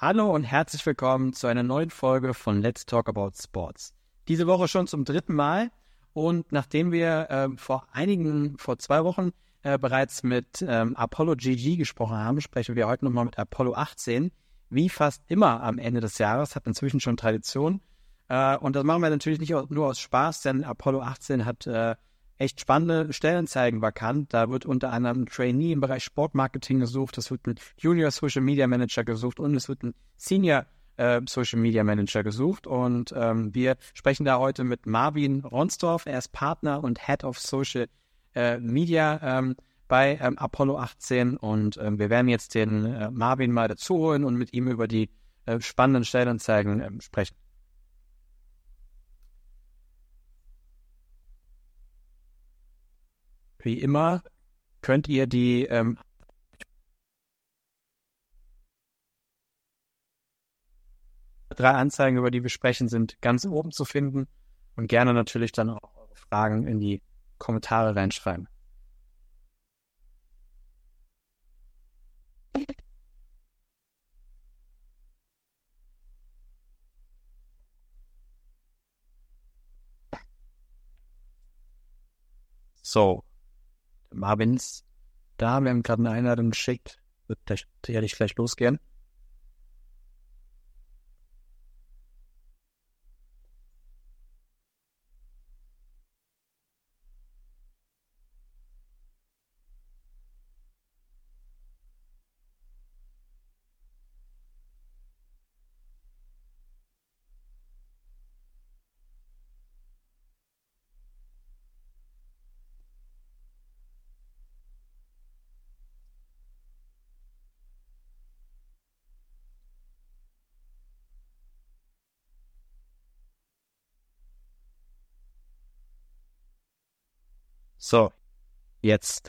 Hallo und herzlich willkommen zu einer neuen Folge von Let's Talk About Sports. Diese Woche schon zum dritten Mal und nachdem wir vor 2 Wochen bereits mit Apollo GG gesprochen haben, sprechen wir heute nochmal mit Apollo 18. Wie fast immer am Ende des Jahres, hat inzwischen schon Tradition. Und das machen wir natürlich nicht nur aus Spaß, denn Apollo 18 hat echt spannende Stellenanzeigen vakant. Da wird unter anderem ein Trainee im Bereich Sportmarketing gesucht, es wird ein Junior Social Media Manager gesucht und es wird ein Senior Social Media Manager gesucht. Und wir sprechen da heute mit Marvin Ronsdorf. Er ist Partner und Head of Social Media bei Apollo 18 und wir werden jetzt den Marvin mal dazu holen und mit ihm über die spannenden Stellenanzeigen sprechen. Wie immer könnt ihr die 3 Anzeigen, über die wir sprechen, sind ganz oben zu finden und gerne natürlich dann auch eure Fragen in die Kommentare reinschreiben. So, Marvin ist da, wir haben gerade eine Einladung geschickt, wird sicherlich gleich losgehen. So, jetzt.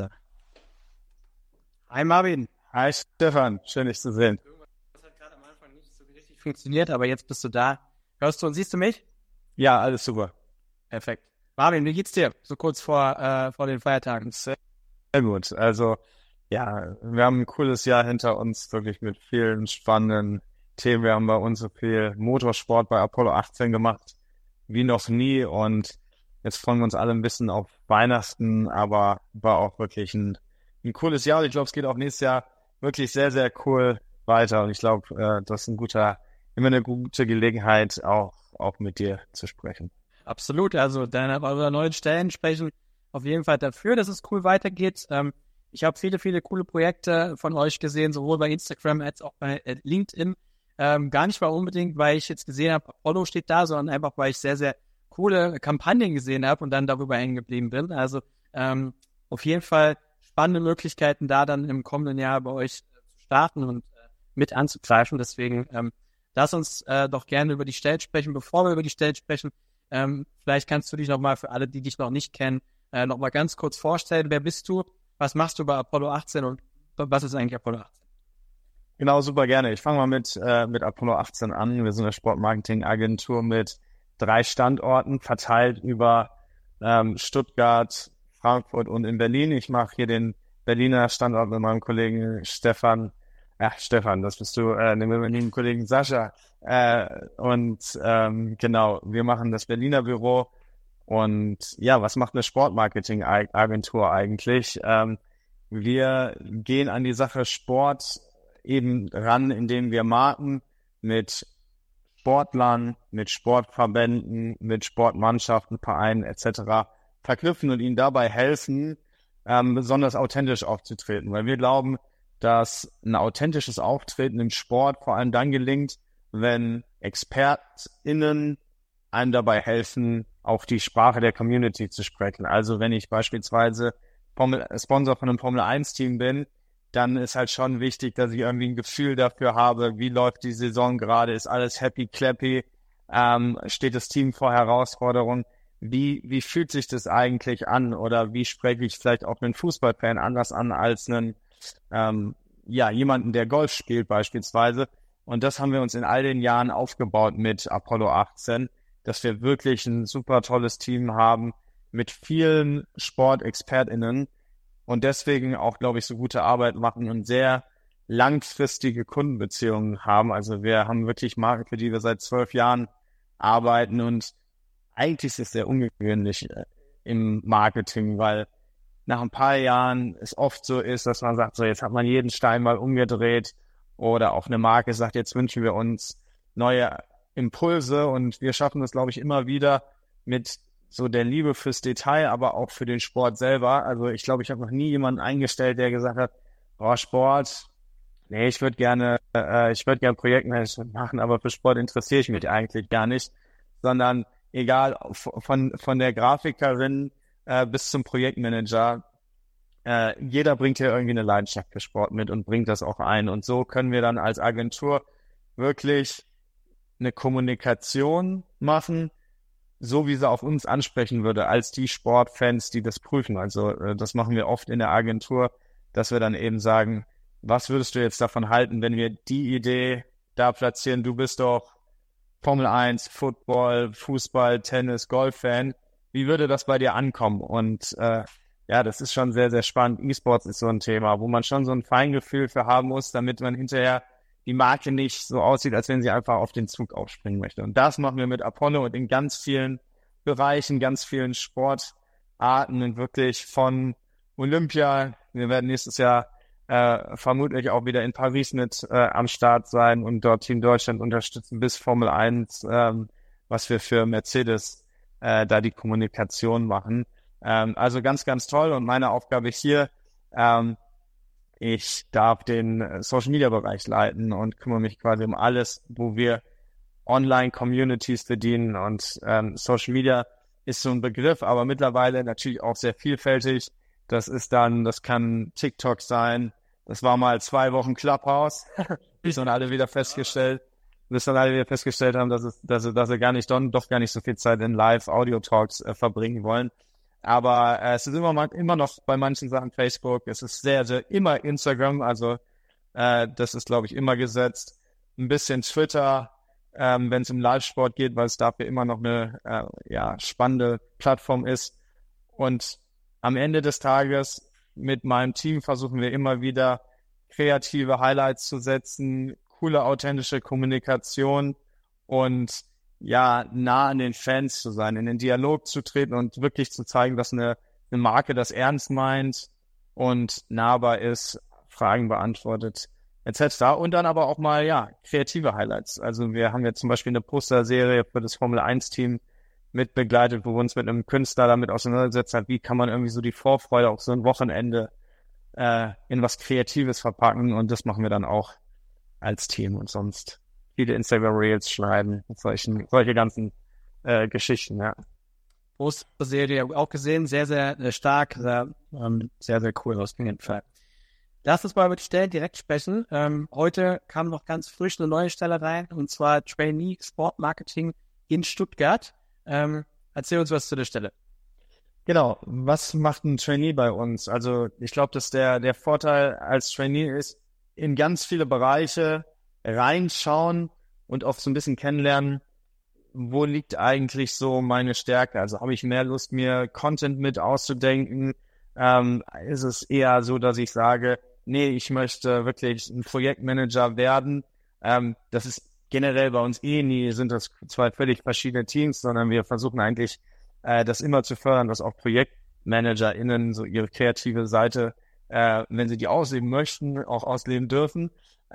Hi Marvin. Hi Stefan, schön dich zu sehen. Das hat gerade am Anfang nicht so richtig funktioniert, aber jetzt bist du da. Hörst du und siehst du mich? Ja, alles super. Perfekt. Marvin, wie geht's dir? So kurz vor den Feiertagen. Sehr gut. Also, ja, wir haben ein cooles Jahr hinter uns, wirklich mit vielen spannenden Themen. Wir haben bei uns so viel Motorsport bei Apollo 18 gemacht wie noch nie und jetzt freuen wir uns alle ein bisschen auf Weihnachten, aber war auch wirklich ein cooles Jahr und ich glaube, es geht auch nächstes Jahr wirklich sehr, sehr cool weiter und ich glaube, das ist immer eine gute Gelegenheit, auch mit dir zu sprechen. Absolut, also eure neuen Stellen sprechen auf jeden Fall dafür, dass es cool weitergeht. Ich habe viele coole Projekte von euch gesehen, sowohl bei Instagram als auch bei LinkedIn. Gar nicht mal unbedingt, weil ich jetzt gesehen habe, Apollo steht da, sondern einfach, weil ich sehr, sehr coole Kampagnen gesehen habe und dann darüber hängen geblieben bin. Also auf jeden Fall spannende Möglichkeiten, da dann im kommenden Jahr bei euch zu starten und mit anzugreifen. Deswegen lass uns doch gerne über die Stellen sprechen. Bevor wir über die Stellen sprechen, vielleicht kannst du dich nochmal für alle, die dich noch nicht kennen, nochmal ganz kurz vorstellen. Wer bist du? Was machst du bei Apollo 18 und was ist eigentlich Apollo 18? Genau, super gerne. Ich fange mal mit Apollo 18 an. Wir sind eine Sportmarketing-Agentur mit 3 Standorten, verteilt über Stuttgart, Frankfurt und in Berlin. Ich mache hier den Berliner Standort mit meinem Kollegen Stefan. Ja, Stefan, das bist du, mit meinem Kollegen Sascha. Genau, wir machen das Berliner Büro. Und ja, was macht eine Sportmarketing-Agentur eigentlich? Wir gehen an die Sache Sport eben ran, indem wir Marken mit Sportlern, mit Sportverbänden, mit Sportmannschaften, Vereinen etc. verknüpfen und ihnen dabei helfen, besonders authentisch aufzutreten. Weil wir glauben, dass ein authentisches Auftreten im Sport vor allem dann gelingt, wenn ExpertInnen einem dabei helfen, auch die Sprache der Community zu sprechen. Also wenn ich beispielsweise Sponsor von einem Formel-1-Team bin, dann ist halt schon wichtig, dass ich irgendwie ein Gefühl dafür habe, wie läuft die Saison gerade, ist alles happy, clappy, steht das Team vor Herausforderungen, wie fühlt sich das eigentlich an oder wie spreche ich vielleicht auch einen Fußballfan anders an als jemanden, der Golf spielt beispielsweise. Und das haben wir uns in all den Jahren aufgebaut mit Apollo 18, dass wir wirklich ein super tolles Team haben mit vielen SportexpertInnen und deswegen auch, glaube ich, so gute Arbeit machen und sehr langfristige Kundenbeziehungen haben. Also wir haben wirklich Marken, für die wir seit 12 Jahren arbeiten, und eigentlich ist es sehr ungewöhnlich im Marketing, weil nach ein paar Jahren es oft so ist, dass man sagt, so jetzt hat man jeden Stein mal umgedreht, oder auch eine Marke sagt, jetzt wünschen wir uns neue Impulse, und wir schaffen das, glaube ich, immer wieder mit so der Liebe fürs Detail, aber auch für den Sport selber. Also ich glaube, ich habe noch nie jemanden eingestellt, der gesagt hat, oh, Sport, nee, ich würde gerne Projektmanagement machen, aber für Sport interessiere ich mich eigentlich gar nicht, sondern egal, von der Grafikerin bis zum Projektmanager, jeder bringt hier irgendwie eine Leidenschaft für Sport mit und bringt das auch ein. Und so können wir dann als Agentur wirklich eine Kommunikation machen, so wie sie auf uns ansprechen würde, als die Sportfans, die das prüfen. Also das machen wir oft in der Agentur, dass wir dann eben sagen, was würdest du jetzt davon halten, wenn wir die Idee da platzieren? Du bist doch Formel 1, Football, Fußball, Tennis, Golf-Fan. Wie würde das bei dir ankommen? Und ja, das ist schon sehr, sehr spannend. E-Sports ist so ein Thema, wo man schon so ein Feingefühl für haben muss, damit man hinterher die Marke nicht so aussieht, als wenn sie einfach auf den Zug aufspringen möchte. Und das machen wir mit Apollo und in ganz vielen Bereichen, ganz vielen Sportarten, und wirklich von Olympia. Wir werden nächstes Jahr vermutlich auch wieder in Paris mit am Start sein und dort Team Deutschland unterstützen, bis Formel 1, was wir für Mercedes da die Kommunikation machen. Also ganz, ganz toll. Und meine Aufgabe hier, ich darf den Social-Media-Bereich leiten und kümmere mich quasi um alles, wo wir Online-Communities bedienen. Und Social Media ist so ein Begriff, aber mittlerweile natürlich auch sehr vielfältig. Das kann TikTok sein. Das war mal 2 Wochen Clubhouse, bis dann alle wieder festgestellt haben, dass sie gar nicht so viel Zeit in Live-Audio-Talks verbringen wollen. Aber es ist immer noch bei manchen Sachen Facebook. Es ist sehr, sehr immer Instagram. Also das ist, glaube ich, immer gesetzt. Ein bisschen Twitter, wenn es um Live-Sport geht, weil es dafür immer noch eine spannende Plattform ist. Und am Ende des Tages mit meinem Team versuchen wir immer wieder kreative Highlights zu setzen, coole, authentische Kommunikation und ja, nah an den Fans zu sein, in den Dialog zu treten und wirklich zu zeigen, dass eine Marke das ernst meint und nahbar ist, Fragen beantwortet, etc. Und dann aber auch mal, ja, kreative Highlights. Also wir haben jetzt zum Beispiel eine Posterserie für das Formel-1-Team mit begleitet, wo wir uns mit einem Künstler damit auseinandergesetzt haben, wie kann man irgendwie so die Vorfreude auf so ein Wochenende in was Kreatives verpacken, und das machen wir dann auch als Team und sonst viele Instagram-Reels schreiben, solche ganzen Geschichten, ja. Poster-Serie auch gesehen, sehr, sehr stark, sehr, sehr cool aus jeden Fall. Lass uns mal über die Stellen direkt sprechen. Heute kam noch ganz frisch eine neue Stelle rein, und zwar Trainee Sport Marketing in Stuttgart. Erzähl uns was zu der Stelle. Genau, was macht ein Trainee bei uns? Also ich glaube, dass der Vorteil als Trainee ist, in ganz viele Bereiche reinschauen und oft so ein bisschen kennenlernen, wo liegt eigentlich so meine Stärke? Also habe ich mehr Lust, mir Content mit auszudenken? Ist es eher so, dass ich sage, nee, ich möchte wirklich ein Projektmanager werden? Das ist generell bei uns nie, sind das 2 völlig verschiedene Teams, sondern wir versuchen eigentlich, das immer zu fördern, dass auch ProjektmanagerInnen so ihre kreative Seite, wenn sie die ausleben möchten, auch ausleben dürfen,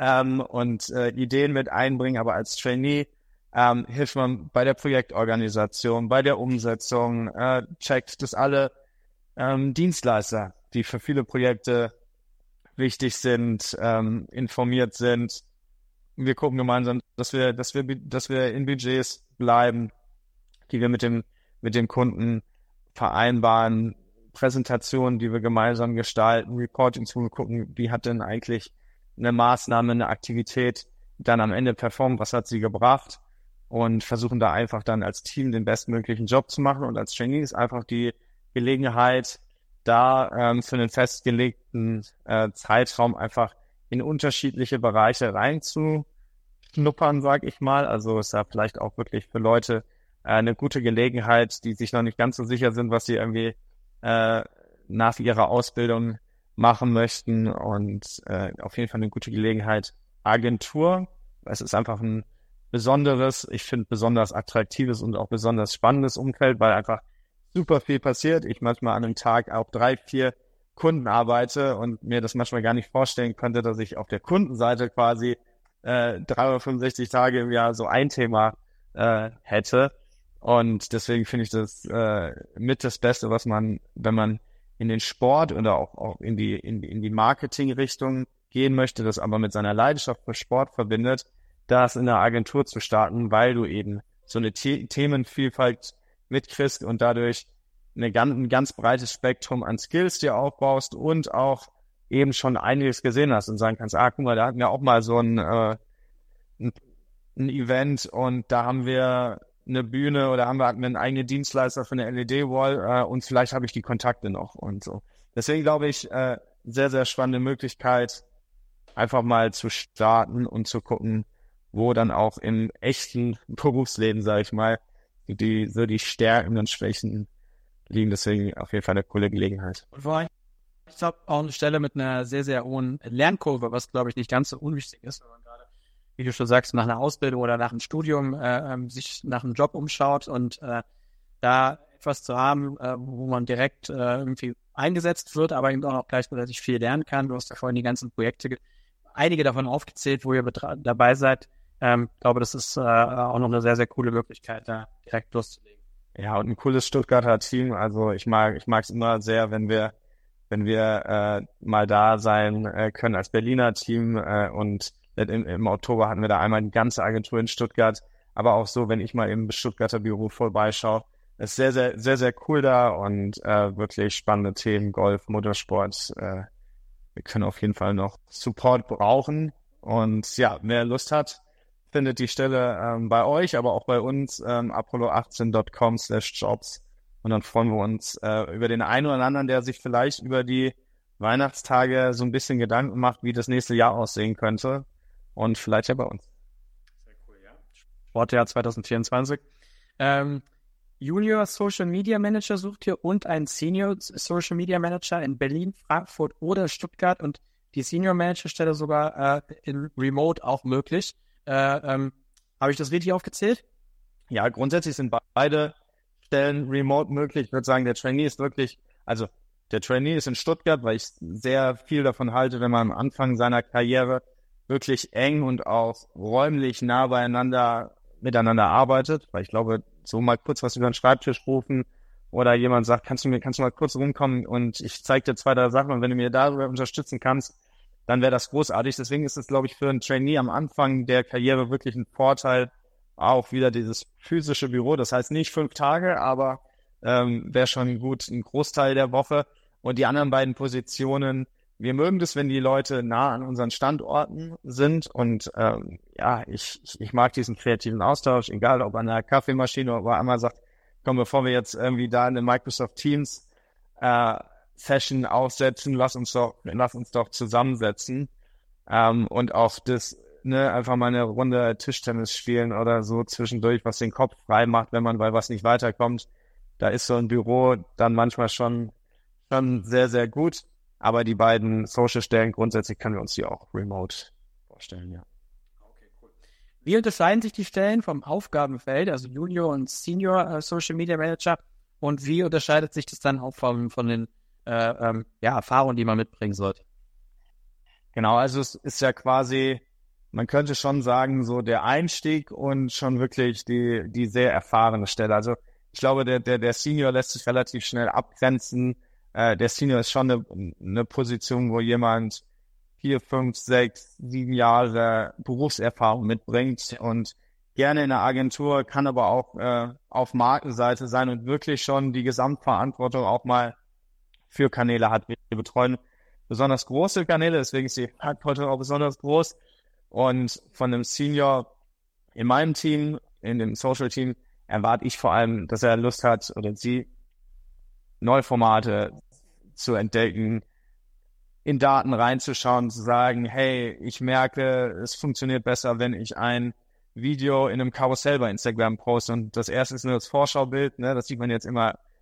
und Ideen mit einbringen. Aber als Trainee hilft man bei der Projektorganisation, bei der Umsetzung, checkt, dass alle Dienstleister, die für viele Projekte wichtig sind, informiert sind. Wir gucken gemeinsam, dass wir in Budgets bleiben, die wir mit dem Kunden vereinbaren, Präsentationen, die wir gemeinsam gestalten, Reporting zu gucken, wie hat denn eigentlich eine Maßnahme, eine Aktivität dann am Ende performt, was hat sie gebracht, und versuchen da einfach dann als Team den bestmöglichen Job zu machen. Und als Trainee ist einfach die Gelegenheit, da für einen festgelegten Zeitraum einfach in unterschiedliche Bereiche reinzuschnuppern, sag ich mal. Also ist da vielleicht auch wirklich für Leute eine gute Gelegenheit, die sich noch nicht ganz so sicher sind, was sie irgendwie nach ihrer Ausbildung machen möchten und auf jeden Fall eine gute Gelegenheit. Agentur, es ist einfach ein besonderes, ich finde besonders attraktives und auch besonders spannendes Umfeld, weil einfach super viel passiert. Ich manchmal an einem Tag auch 3, 4 Kunden arbeite und mir das manchmal gar nicht vorstellen könnte, dass ich auf der Kundenseite quasi 365 Tage im Jahr so ein Thema hätte. Und deswegen finde ich das mit das Beste, was man, wenn man in den Sport oder auch in die Marketing-Richtung gehen möchte, das aber mit seiner Leidenschaft für Sport verbindet, das in der Agentur zu starten, weil du eben so eine Themenvielfalt mitkriegst und dadurch ein ganz breites Spektrum an Skills dir aufbaust und auch eben schon einiges gesehen hast und sagen kannst, guck mal, da hatten wir auch mal so ein Event und da haben wir eine Bühne oder hatten wir einen eigenen Dienstleister für eine LED-Wall und vielleicht habe ich die Kontakte noch und so. Deswegen glaube ich, sehr, sehr spannende Möglichkeit, einfach mal zu starten und zu gucken, wo dann auch im echten Berufsleben, sage ich mal, die Stärken und Schwächen liegen. Deswegen auf jeden Fall eine coole Gelegenheit. Und vor allem, ich glaube, auch eine Stelle mit einer sehr, sehr hohen Lernkurve, was, glaube ich, nicht ganz so unwichtig ist, wenn man gerade, wie du schon sagst, nach einer Ausbildung oder nach einem Studium sich nach einem Job umschaut und da etwas zu haben, wo man direkt irgendwie eingesetzt wird, aber eben auch noch gleichzeitig viel lernen kann. Du hast ja vorhin die ganzen Projekte, einige davon aufgezählt, wo ihr dabei seid. Ich glaube, das ist auch noch eine sehr, sehr coole Möglichkeit, da direkt loszulegen. Ja, und ein cooles Stuttgarter Team. Also ich mag es immer sehr, wenn wir mal da sein können als Berliner Team und im Oktober hatten wir da einmal die ganze Agentur in Stuttgart, aber auch so, wenn ich mal im Stuttgarter Büro vorbeischaue, ist sehr, sehr, sehr, sehr cool da und wirklich spannende Themen, Golf, Motorsport. Wir können auf jeden Fall noch Support brauchen und ja, wer Lust hat, findet die Stelle bei euch, aber auch bei uns, apollo18.com/jobs. Und dann freuen wir uns über den einen oder anderen, der sich vielleicht über die Weihnachtstage so ein bisschen Gedanken macht, wie das nächste Jahr aussehen könnte. Und vielleicht ja bei uns. Sehr cool, ja. Sportjahr 2024. Junior Social Media Manager sucht ihr und einen Senior Social Media Manager in Berlin, Frankfurt oder Stuttgart und die Senior Manager Stelle sogar in Remote auch möglich. Habe ich das richtig aufgezählt? Ja, grundsätzlich sind beide Stellen remote möglich. Ich würde sagen, der Trainee ist in Stuttgart, weil ich sehr viel davon halte, wenn man am Anfang seiner Karriere wirklich eng und auch räumlich nah miteinander arbeitet, weil ich glaube, so mal kurz was über den Schreibtisch rufen oder jemand sagt, kannst du mal kurz rumkommen und ich zeige dir 2, 3 Sachen und wenn du mir darüber unterstützen kannst, dann wäre das großartig. Deswegen ist es, glaube ich, für einen Trainee am Anfang der Karriere wirklich ein Vorteil, auch wieder dieses physische Büro. Das heißt nicht 5 Tage, aber wäre schon gut ein Großteil der Woche. Und die anderen beiden Positionen, wir mögen das, wenn die Leute nah an unseren Standorten sind. Und ich mag diesen kreativen Austausch, egal ob an der Kaffeemaschine oder einmal sagt, komm, bevor wir jetzt irgendwie da eine Microsoft Teams Session aufsetzen, lass uns doch zusammensetzen und auch das, einfach mal eine Runde Tischtennis spielen oder so zwischendurch, was den Kopf frei macht, wenn man bei was nicht weiterkommt. Da ist so ein Büro dann manchmal schon sehr, sehr gut, aber die beiden Social-Stellen grundsätzlich können wir uns die auch remote vorstellen, ja. Okay, cool. Wie unterscheiden sich die Stellen vom Aufgabenfeld, also Junior und Senior Social Media Manager, und wie unterscheidet sich das dann auch von den Erfahrungen, die man mitbringen sollte? Genau, also es ist ja quasi, man könnte schon sagen, so der Einstieg und schon wirklich die sehr erfahrene Stelle. Also ich glaube, der Senior lässt sich relativ schnell abgrenzen. Der Senior ist schon eine Position, wo jemand 4, 5, 6, 7 Jahre Berufserfahrung mitbringt und gerne in der Agentur, kann aber auch auf Markenseite sein und wirklich schon die Gesamtverantwortung auch mal für Kanäle hat. Wir betreuen besonders große Kanäle, deswegen ist die Verantwortung auch besonders groß. Und von einem Senior in meinem Team, in dem Social-Team, erwarte ich vor allem, dass er Lust hat oder sie, neue Formate zu entdecken, in Daten reinzuschauen, zu sagen, hey, ich merke, es funktioniert besser, wenn ich ein Video in einem Karussell bei Instagram poste. Und das erste ist nur das Vorschaubild, ne? Das sieht man jetzt immer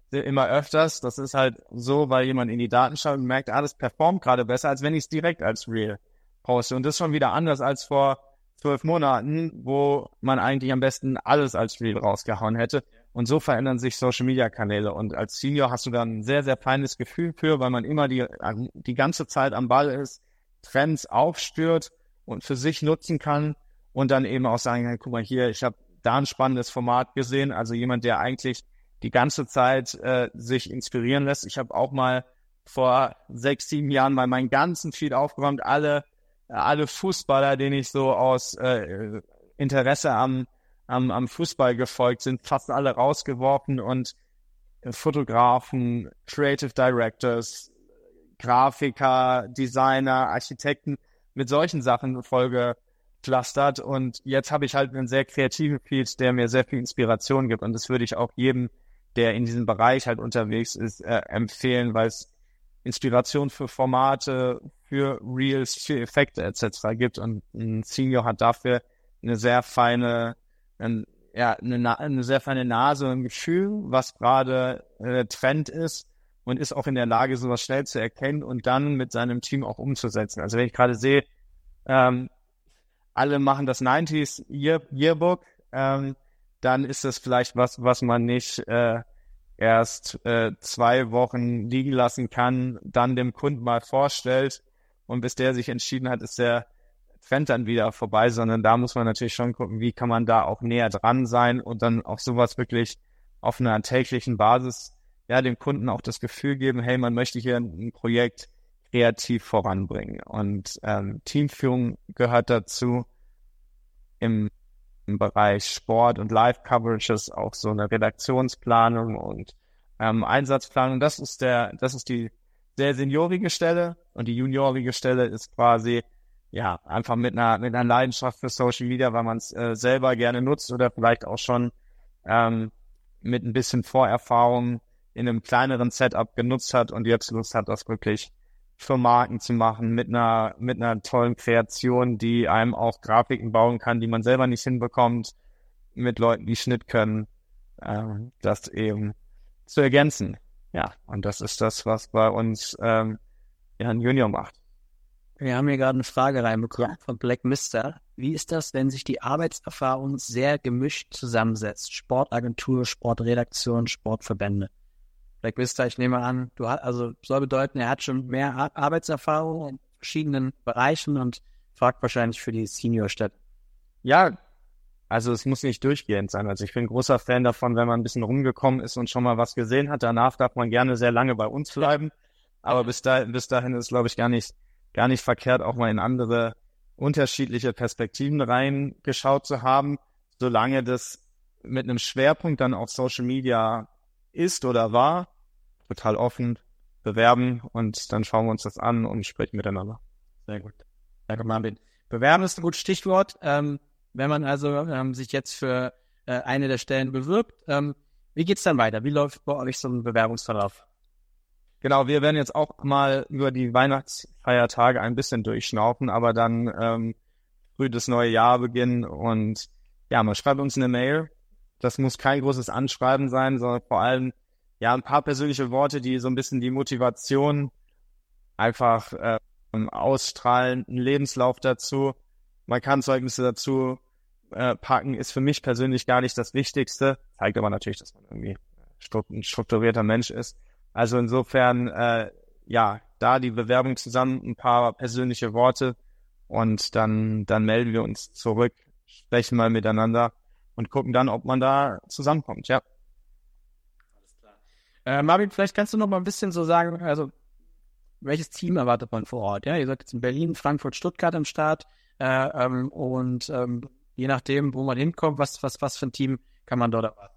immer öfters. Das ist halt so, weil jemand in die Daten schaut und merkt, das performt gerade besser, als wenn ich es direkt als Reel poste. Und das ist schon wieder anders als vor 12 Monaten, wo man eigentlich am besten alles als Reel rausgehauen hätte. Und so verändern sich Social-Media-Kanäle. Und als Senior hast du dann ein sehr, sehr feines Gefühl für, weil man immer die ganze Zeit am Ball ist, Trends aufspürt und für sich nutzen kann und dann eben auch sagen, hey, guck mal hier, ich habe da ein spannendes Format gesehen. Also jemand, der eigentlich die ganze Zeit sich inspirieren lässt. Ich habe auch mal vor 6, 7 Jahren mal meinen ganzen Feed aufgeräumt, alle Fußballer, denen ich so aus Interesse am Fußball gefolgt sind, fast alle rausgeworfen und Fotografen, Creative Directors, Grafiker, Designer, Architekten mit solchen Sachen vollgepflastert. Und jetzt habe ich halt einen sehr kreativen Feed, der mir sehr viel Inspiration gibt. Und das würde ich auch jedem, der in diesem Bereich halt unterwegs ist, empfehlen, weil es Inspiration für Formate, für Reels, für Effekte etc. gibt. Und ein Senior hat dafür eine sehr feine Nase und ein Gefühl, was gerade Trend ist und ist auch in der Lage, sowas schnell zu erkennen und dann mit seinem Team auch umzusetzen. Also wenn ich gerade sehe, alle machen das 90s Yearbook, dann ist das vielleicht was man nicht erst 2 Wochen liegen lassen kann, dann dem Kunden mal vorstellt und bis der sich entschieden hat, ist der Trend dann wieder vorbei, sondern da muss man natürlich schon gucken, wie kann man da auch näher dran sein und dann auch sowas wirklich auf einer täglichen Basis, ja, dem Kunden auch das Gefühl geben, hey, man möchte hier ein Projekt kreativ voranbringen. Und Teamführung gehört dazu im Bereich Sport und Live-Coverages, auch so eine Redaktionsplanung und Einsatzplanung. Das ist die sehr seniorige Stelle und die juniorige Stelle ist quasi ja, einfach mit einer Leidenschaft für Social Media, weil man es selber gerne nutzt oder vielleicht auch schon mit ein bisschen Vorerfahrung in einem kleineren Setup genutzt hat und jetzt Lust hat, das wirklich für Marken zu machen, mit einer tollen Kreation, die einem auch Grafiken bauen kann, die man selber nicht hinbekommt, mit Leuten, die Schnitt können, das eben zu ergänzen. Ja, und das ist das, was bei uns ein Junior macht. Wir haben hier gerade eine Frage reinbekommen von Black Mister. Wie ist das, wenn sich die Arbeitserfahrung sehr gemischt zusammensetzt? Sportagentur, Sportredaktion, Sportverbände. Black Mister, ich nehme an, soll bedeuten, er hat schon mehr Arbeitserfahrung in verschiedenen Bereichen und fragt wahrscheinlich für die Seniorstelle. Ja, also es muss nicht durchgehend sein. Also ich bin ein großer Fan davon, wenn man ein bisschen rumgekommen ist und schon mal was gesehen hat. Danach darf man gerne sehr lange bei uns bleiben. Aber bis dahin ist, glaube ich, gar nicht verkehrt, auch mal in andere unterschiedliche Perspektiven reingeschaut zu haben, solange das mit einem Schwerpunkt dann auf Social Media ist oder war, total offen, bewerben und dann schauen wir uns das an und sprechen miteinander. Sehr gut. Danke, Marvin. Bewerben ist ein gutes Stichwort. Wenn man also sich jetzt für eine der Stellen bewirbt, wie geht's dann weiter? Wie läuft bei euch so ein Bewerbungsverlauf? Genau, wir werden jetzt auch mal über die Weihnachtsfeiertage ein bisschen durchschnaufen, aber dann früh das neue Jahr beginnen und ja, man schreibt uns eine Mail. Das muss kein großes Anschreiben sein, sondern vor allem ja ein paar persönliche Worte, die so ein bisschen die Motivation einfach ausstrahlen, einen Lebenslauf dazu. Man kann Zeugnisse dazu packen, ist für mich persönlich gar nicht das Wichtigste. Zeigt aber natürlich, dass man irgendwie ein strukturierter Mensch ist. Also insofern, da die Bewerbung zusammen, ein paar persönliche Worte und dann melden wir uns zurück, sprechen mal miteinander und gucken dann, ob man da zusammenkommt, ja. Alles klar. Marvin, vielleicht kannst du noch mal ein bisschen so sagen, also welches Team erwartet man vor Ort? Ja, ihr seid jetzt in Berlin, Frankfurt, Stuttgart am Start und je nachdem, wo man hinkommt, was für ein Team kann man dort erwarten?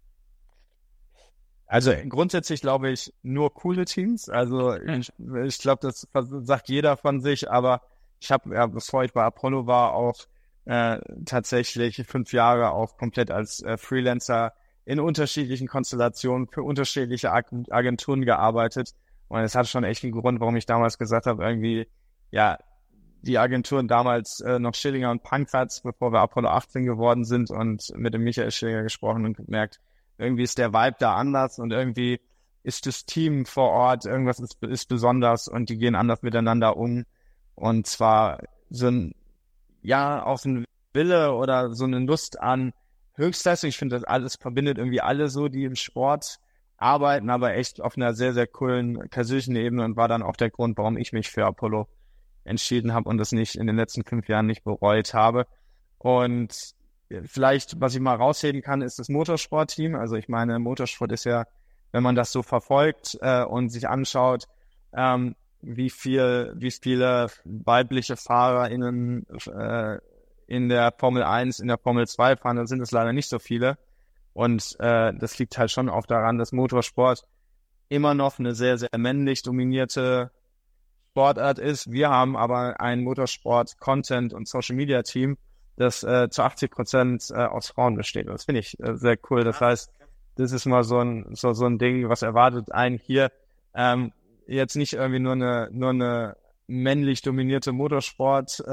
Also grundsätzlich glaube ich nur coole Teams. Also ich glaube, das sagt jeder von sich, aber ich habe, ja, bevor ich bei Apollo war, auch tatsächlich 5 Jahre auch komplett als Freelancer in unterschiedlichen Konstellationen für unterschiedliche Agenturen gearbeitet. Und es hat schon echt einen Grund, warum ich damals gesagt habe, irgendwie, ja, die Agenturen damals noch Schillinger und Pankratz, bevor wir Apollo 18 geworden sind und mit dem Michael Schillinger gesprochen und gemerkt, irgendwie ist der Vibe da anders und irgendwie ist das Team vor Ort, irgendwas ist besonders und die gehen anders miteinander um. Und zwar so ein, ja, auch so ein Wille oder so eine Lust an Höchstleistung. Ich finde, das alles verbindet irgendwie alle so, die im Sport arbeiten, aber echt auf einer sehr, sehr coolen persönlichen Ebene und war dann auch der Grund, warum ich mich für Apollo entschieden habe und das nicht in den letzten 5 Jahren nicht bereut habe. Und vielleicht, was ich mal rausheben kann, ist das Motorsportteam. Also ich meine, Motorsport ist ja, wenn man das so verfolgt und sich anschaut, wie viele weibliche FahrerInnen in der Formel 1, in der Formel 2 fahren, dann sind es leider nicht so viele. Und das liegt halt schon auch daran, dass Motorsport immer noch eine sehr, sehr männlich dominierte Sportart ist. Wir haben aber ein Motorsport-Content- und Social-Media-Team, das zu 80% aus Frauen besteht. Und das finde ich sehr cool. Das heißt, das ist mal so ein Ding, was erwartet einen hier. Jetzt nicht irgendwie nur eine männlich dominierte Motorsport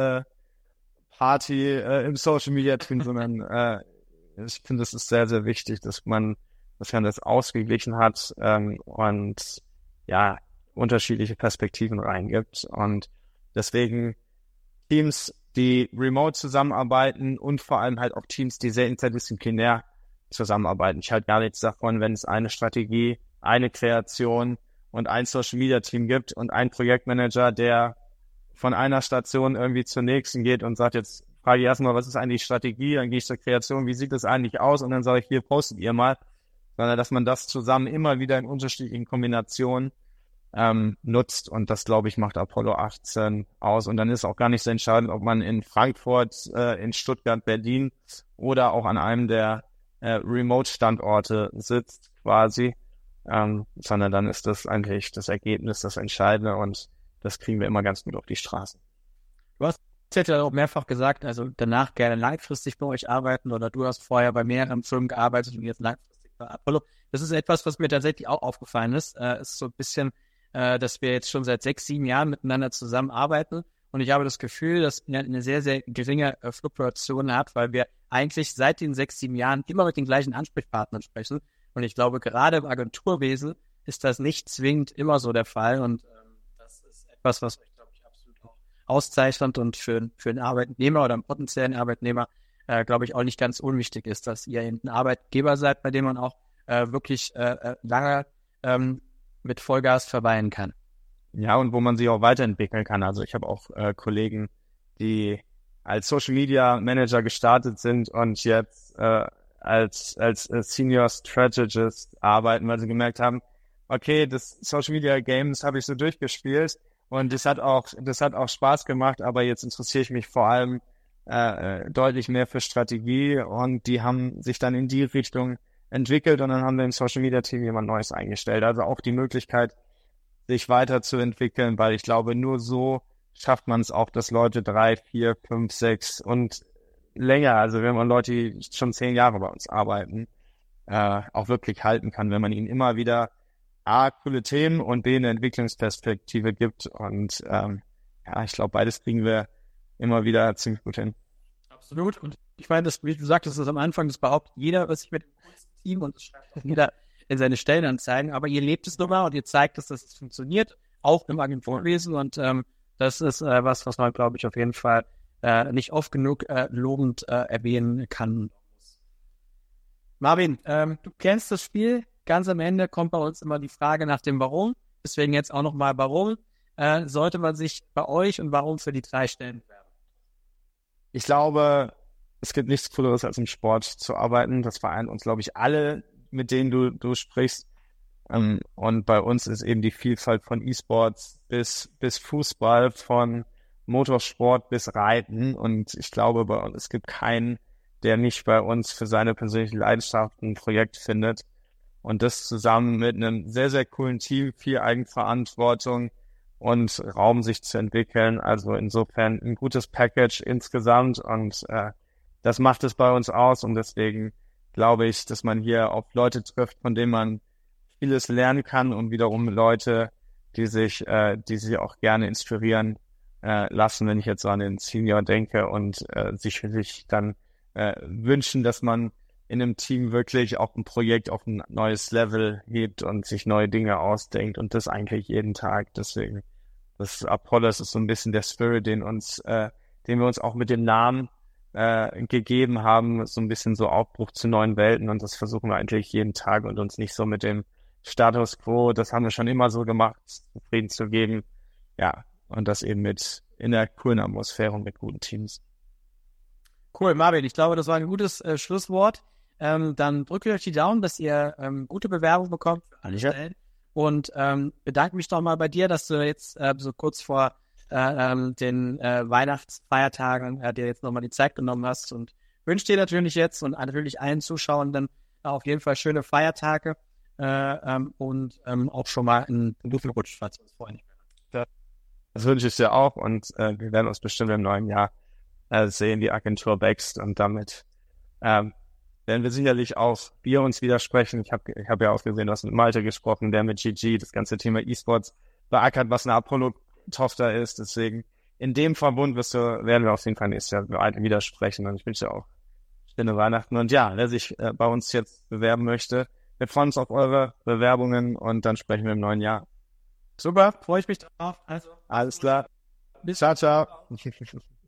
Party im Social Media Team, sondern ich finde, es ist sehr, sehr wichtig, dass man das ausgeglichen hat und ja, unterschiedliche Perspektiven reingibt. Und deswegen Teams, die remote zusammenarbeiten und vor allem halt auch Teams, die sehr interdisziplinär zusammenarbeiten. Ich halte gar nichts davon, wenn es eine Strategie, eine Kreation und ein Social-Media-Team gibt und ein Projektmanager, der von einer Station irgendwie zur nächsten geht und sagt, jetzt frage ich erstmal, was ist eigentlich Strategie, dann gehe ich zur Kreation, wie sieht das eigentlich aus und dann sage ich, hier postet ihr mal, sondern dass man das zusammen immer wieder in unterschiedlichen Kombinationen nutzt und das, glaube ich, macht Apollo 18 aus und dann ist auch gar nicht so entscheidend, ob man in Frankfurt, in Stuttgart, Berlin oder auch an einem der Remote-Standorte sitzt quasi, sondern dann ist das eigentlich das Ergebnis, das Entscheidende und das kriegen wir immer ganz gut auf die Straße. Du hast jetzt ja auch mehrfach gesagt, also danach gerne langfristig bei euch arbeiten oder du hast vorher bei mehreren Firmen gearbeitet und jetzt langfristig bei Apollo. Das ist etwas, was mir tatsächlich auch aufgefallen ist. Ist so ein bisschen, dass wir jetzt schon seit 6, 7 Jahren miteinander zusammenarbeiten und ich habe das Gefühl, dass ihr eine sehr, sehr geringe Fluktuation habt, weil wir eigentlich seit den 6, 7 Jahren immer mit den gleichen Ansprechpartnern sprechen und ich glaube, gerade im Agenturwesen ist das nicht zwingend immer so der Fall und das ist etwas, was euch, glaube ich, absolut auch auszeichnet und für einen Arbeitnehmer oder einen potenziellen Arbeitnehmer, glaube ich, auch nicht ganz unwichtig ist, dass ihr ein Arbeitgeber seid, bei dem man auch wirklich lange mit Vollgas verweilen kann. Ja, und wo man sich auch weiterentwickeln kann. Also ich habe auch Kollegen, die als Social Media Manager gestartet sind und jetzt als Senior Strategist arbeiten, weil sie gemerkt haben, okay, das Social Media Games habe ich so durchgespielt und das hat auch Spaß gemacht, aber jetzt interessiere ich mich vor allem deutlich mehr für Strategie und die haben sich dann in die Richtung entwickelt und dann haben wir im Social Media Team jemand Neues eingestellt. Also auch die Möglichkeit, sich weiterzuentwickeln, weil ich glaube, nur so schafft man es auch, dass Leute 3, 4, 5, 6 und länger, also wenn man Leute, die schon 10 Jahre bei uns arbeiten, auch wirklich halten kann, wenn man ihnen immer wieder A, coole Themen und B, eine Entwicklungsperspektive gibt und ja, ich glaube, beides kriegen wir immer wieder ziemlich gut hin. Absolut. Und ich meine, das, wie du sagtest, das am Anfang, das behauptet jeder, was ich mit dem coolsten Team und das schreibt auch jeder in seine Stellenanzeigen, aber ihr lebt es nun mal und ihr zeigt es, dass es funktioniert, auch im Agenturwesen und das ist was man, glaube ich, auf jeden Fall nicht oft genug lobend erwähnen kann. Marvin, du kennst das Spiel. Ganz am Ende kommt bei uns immer die Frage nach dem Warum. Deswegen jetzt auch nochmal, warum sollte man sich bei euch und warum für die 3 Stellen bewerben? Ich glaube, es gibt nichts Cooleres als im Sport zu arbeiten. Das vereint uns, glaube ich, alle, mit denen du sprichst. Und bei uns ist eben die Vielfalt von E-Sports bis Fußball, von Motorsport bis Reiten. Und ich glaube, bei uns, es gibt keinen, der nicht bei uns für seine persönliche Leidenschaft ein Projekt findet. Und das zusammen mit einem sehr, sehr coolen Team, viel Eigenverantwortung und Raum, sich zu entwickeln. Also insofern ein gutes Package insgesamt. Und das macht es bei uns aus. Und deswegen glaube ich, dass man hier auf Leute trifft, von denen man vieles lernen kann und wiederum Leute, die sich auch gerne inspirieren lassen, wenn ich jetzt so an den Senior denke und sich dann wünschen, dass man in einem Team wirklich auch ein Projekt auf ein neues Level hebt und sich neue Dinge ausdenkt und das eigentlich jeden Tag. Deswegen, das Apollos ist so ein bisschen der Spirit, den wir uns auch mit dem Namen gegeben haben, so ein bisschen so Aufbruch zu neuen Welten, und das versuchen wir eigentlich jeden Tag und uns nicht so mit dem Status quo, das haben wir schon immer so gemacht, zufrieden zu geben. Ja, und das eben in der coolen Atmosphäre und mit guten Teams. Cool, Marvin, ich glaube, das war ein gutes Schlusswort. Dann drücke ich euch die Daumen, dass ihr gute Bewerbung bekommt für alle Stellen. Und bedanke mich doch mal bei dir, dass du jetzt so kurz vor den Weihnachtsfeiertagen dir jetzt nochmal die Zeit genommen hast, und wünsche dir natürlich jetzt und natürlich allen Zuschauern dann auf jeden Fall schöne Feiertage und auch schon mal einen guten Rutsch, falls wir uns vorher nicht mehr hören. Das wünsche ich dir auch, und wir werden uns bestimmt im neuen Jahr sehen, die Agentur wächst, und damit werden wir sicherlich auch uns widersprechen. Ich hab ja auch gesehen, du hast mit Malte gesprochen, der mit GG das ganze Thema E-Sports beackert, was eine Apollo-Tochter ist. Deswegen in dem Verbund werden wir auf jeden Fall nächstes Jahr widersprechen, und ich wünsche auch schöne Weihnachten. Und ja, wer sich bei uns jetzt bewerben möchte, wir freuen uns auf eure Bewerbungen, und dann sprechen wir im neuen Jahr. Super, freue ich mich drauf. Also, alles klar. Bis Ciao, ciao.